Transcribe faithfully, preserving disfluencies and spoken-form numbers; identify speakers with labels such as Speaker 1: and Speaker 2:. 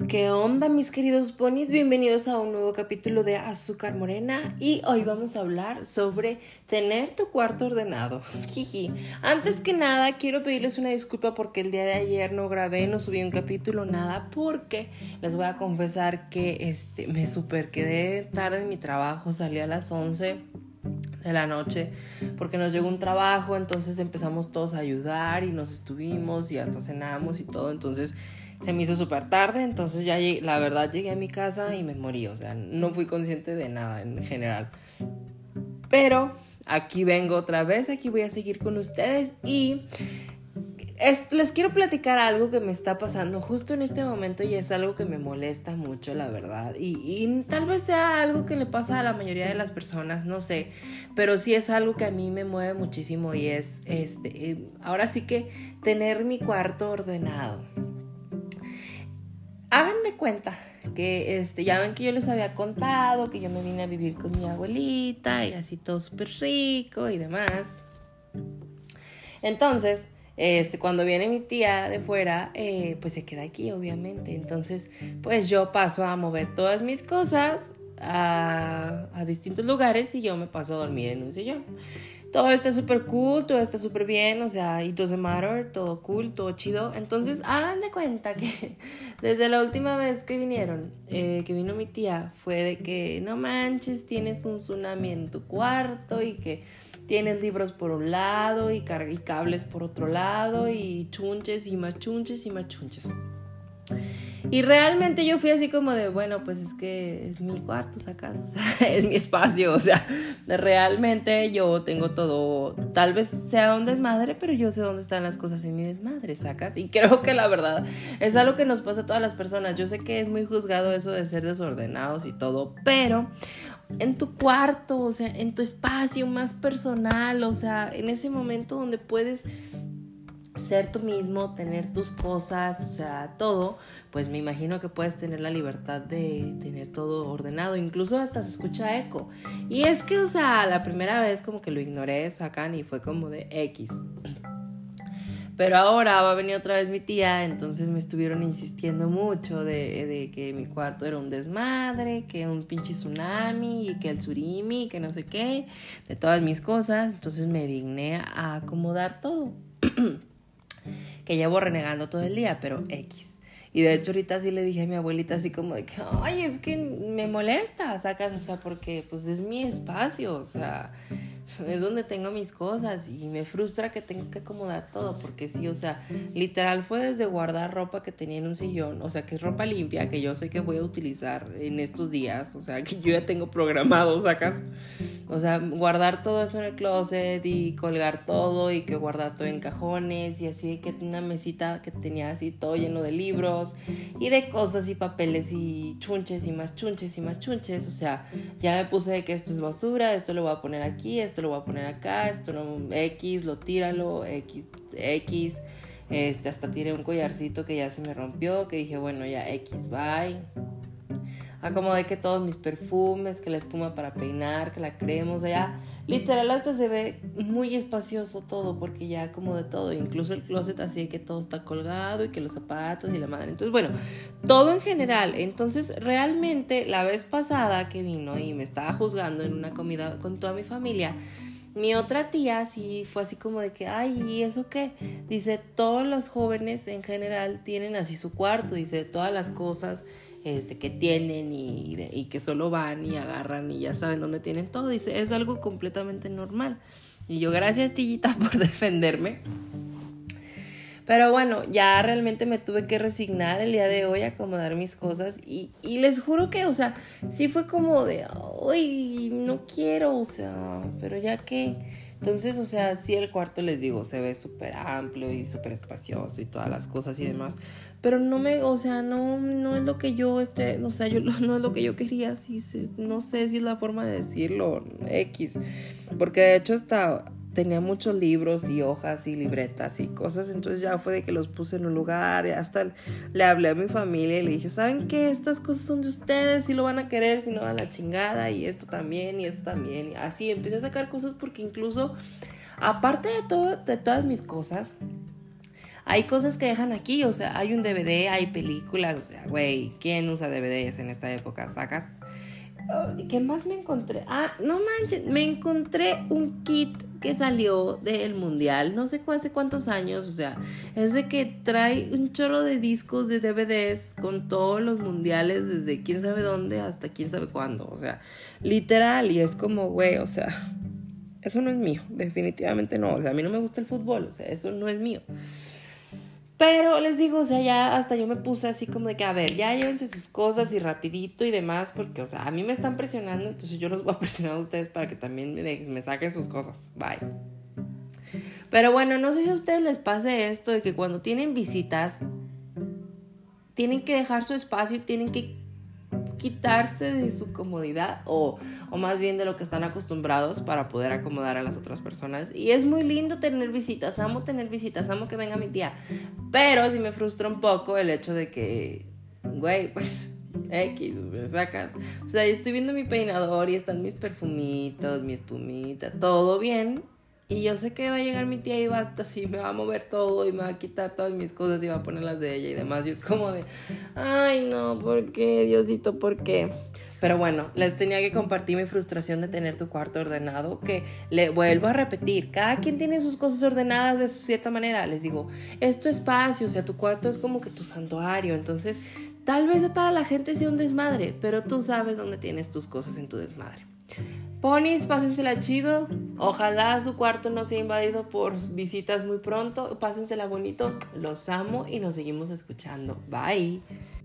Speaker 1: ¿Qué onda, mis queridos ponis? Bienvenidos a un nuevo capítulo de Azúcar Morena y hoy vamos a hablar sobre tener tu cuarto ordenado. Jiji. Antes que nada, quiero pedirles una disculpa porque el día de ayer no grabé, no subí un capítulo, nada, porque les voy a confesar que este, me super quedé tarde en mi trabajo, salí a las once de la noche porque nos llegó un trabajo, entonces empezamos todos a ayudar y nos estuvimos y hasta cenamos y todo, entonces se me hizo súper tarde, entonces ya llegué, la verdad llegué a mi casa y me morí, o sea, no fui consciente de nada en general. Pero aquí vengo otra vez, aquí voy a seguir con ustedes y es, les quiero platicar algo que me está pasando justo en este momento y es algo que me molesta mucho, la verdad. Y, y tal vez sea algo que le pasa a la mayoría de las personas, no sé, pero sí es algo que a mí me mueve muchísimo y es, este, ahora sí que tener mi cuarto ordenado. Háganme cuenta que este, ya ven que yo les había contado que yo me vine a vivir con mi abuelita y así todo súper rico y demás. Entonces, este, cuando viene mi tía de fuera, eh, pues se queda aquí, obviamente. Entonces, pues yo paso a mover todas mis cosas a, a distintos lugares y yo me paso a dormir en un sillón. Todo está súper cool, todo está súper bien, o sea, it doesn't matter, todo cool, todo chido. Entonces, hagan de cuenta que desde la última vez que vinieron, eh, que vino mi tía, fue de que no manches, tienes un tsunami en tu cuarto y que tienes libros por un lado y, car- y cables por otro lado y chunches y más chunches y más chunches. Y realmente yo fui así como de, bueno, pues es que es mi cuarto, ¿sacas? O sea, es mi espacio, o sea, realmente yo tengo todo, tal vez sea un desmadre, pero yo sé dónde están las cosas en mi desmadre, ¿sacas? Y creo que la verdad es algo que nos pasa a todas las personas. Yo sé que es muy juzgado eso de ser desordenados y todo, pero en tu cuarto, o sea, en tu espacio más personal, o sea, en ese momento donde puedes ser tú mismo, tener tus cosas, o sea, todo, pues me imagino que puedes tener la libertad de tener todo ordenado, incluso hasta se escucha eco. Y es que, o sea, la primera vez como que lo ignoré, sacan, y fue como de X. Pero ahora va a venir otra vez mi tía, entonces me estuvieron insistiendo mucho de, de que mi cuarto era un desmadre, que un pinche tsunami, y que el surimi, y que no sé qué, de todas mis cosas. Entonces me digné a acomodar todo. Que llevo renegando todo el día, pero X. Y de hecho ahorita sí le dije a mi abuelita así como de que, ay, es que me molesta, sacas, o sea, porque pues es mi espacio, o sea, es donde tengo mis cosas y me frustra que tenga que acomodar todo, porque sí, o sea, literal fue desde guardar ropa que tenía en un sillón, o sea, que es ropa limpia, que yo sé que voy a utilizar en estos días, o sea, que yo ya tengo programado, sacas, o sea, guardar todo eso en el closet y colgar todo y que guardar todo en cajones y así, que una mesita que tenía así todo lleno de libros y de cosas y papeles y chunches y más chunches y más chunches, o sea, ya me puse de que esto es basura, esto lo voy a poner aquí, esto lo voy a poner acá, esto no, X, lo tíralo, X, X, este, hasta tiré un collarcito que ya se me rompió, que dije, bueno, ya X, bye. Acomodé que todos mis perfumes, que la espuma para peinar, que la crema, o sea, ya literal hasta se ve muy espacioso todo, porque ya acomodé todo, incluso el closet así de que todo está colgado y que los zapatos y la madre. Entonces, bueno, todo en general. Entonces, realmente la vez pasada que vino y me estaba juzgando en una comida con toda mi familia, mi otra tía sí fue así como de que, ay, ¿y eso qué? Dice, todos los jóvenes en general tienen así su cuarto, dice, todas las cosas este, que tienen y, de, y que solo van y agarran y ya saben dónde tienen todo, dice, es algo completamente normal. Y yo, gracias, tillita, por defenderme. Pero bueno, ya realmente me tuve que resignar el día de hoy a acomodar mis cosas y, y les juro que, o sea, sí fue como de, ay, no quiero, o sea, pero ya que... Entonces, o sea, sí el cuarto, les digo, se ve súper amplio y súper espacioso y todas las cosas y demás, pero no me, o sea, no, no es lo que yo, este, o sea, yo, no es lo que yo quería, sí, sí, no sé si es la forma de decirlo, X, porque de hecho hasta... tenía muchos libros y hojas y libretas y cosas, entonces ya fue de que los puse en un lugar y hasta le hablé a mi familia y le dije, ¿saben qué? Estas cosas son de ustedes, si lo van a querer, si no a la chingada, y esto también, y esto también, y así empecé a sacar cosas porque incluso, aparte de todo, de todas mis cosas, hay cosas que dejan aquí, o sea, hay un D V D, hay películas, o sea, güey, ¿quién usa D V Ds en esta época? ¿Sacas? ¿Qué más me encontré? Ah, no manches, me encontré un kit que salió del mundial, no sé hace cuántos años, o sea, es de que trae un chorro de discos de D V Ds con todos los mundiales desde quién sabe dónde hasta quién sabe cuándo, o sea, literal, y es como, güey, o sea, eso no es mío, definitivamente no, o sea, a mí no me gusta el fútbol, o sea, eso no es mío. Pero les digo, o sea, ya hasta yo me puse así como de que, a ver, ya llévense sus cosas y rapidito y demás, porque, o sea, a mí me están presionando, entonces yo los voy a presionar a ustedes para que también me, me saquen sus cosas. Bye. Pero bueno, no sé si a ustedes les pase esto de que cuando tienen visitas, tienen que dejar su espacio y tienen que quitarse de su comodidad o, o más bien de lo que están acostumbrados para poder acomodar a las otras personas. Y es muy lindo tener visitas, amo tener visitas, amo que venga mi tía, pero sí me frustra un poco el hecho de que, güey, pues X, me sacas, o sea, yo estoy viendo mi peinador y están mis perfumitos, mi espumita, todo bien. Y yo sé que va a llegar mi tía y va así, me va a mover todo y me va a quitar todas mis cosas y va a poner las de ella y demás. Y es como de, ay no, ¿por qué, Diosito, por qué? Pero bueno, les tenía que compartir mi frustración de tener tu cuarto ordenado, que le vuelvo a repetir, cada quien tiene sus cosas ordenadas de cierta manera. Les digo, es tu espacio, o sea, tu cuarto es como que tu santuario, entonces tal vez para la gente sea un desmadre, pero tú sabes dónde tienes tus cosas en tu desmadre. Ponis, pásensela chido. Ojalá su cuarto no sea invadido por visitas muy pronto. Pásensela bonito. Los amo y nos seguimos escuchando. Bye.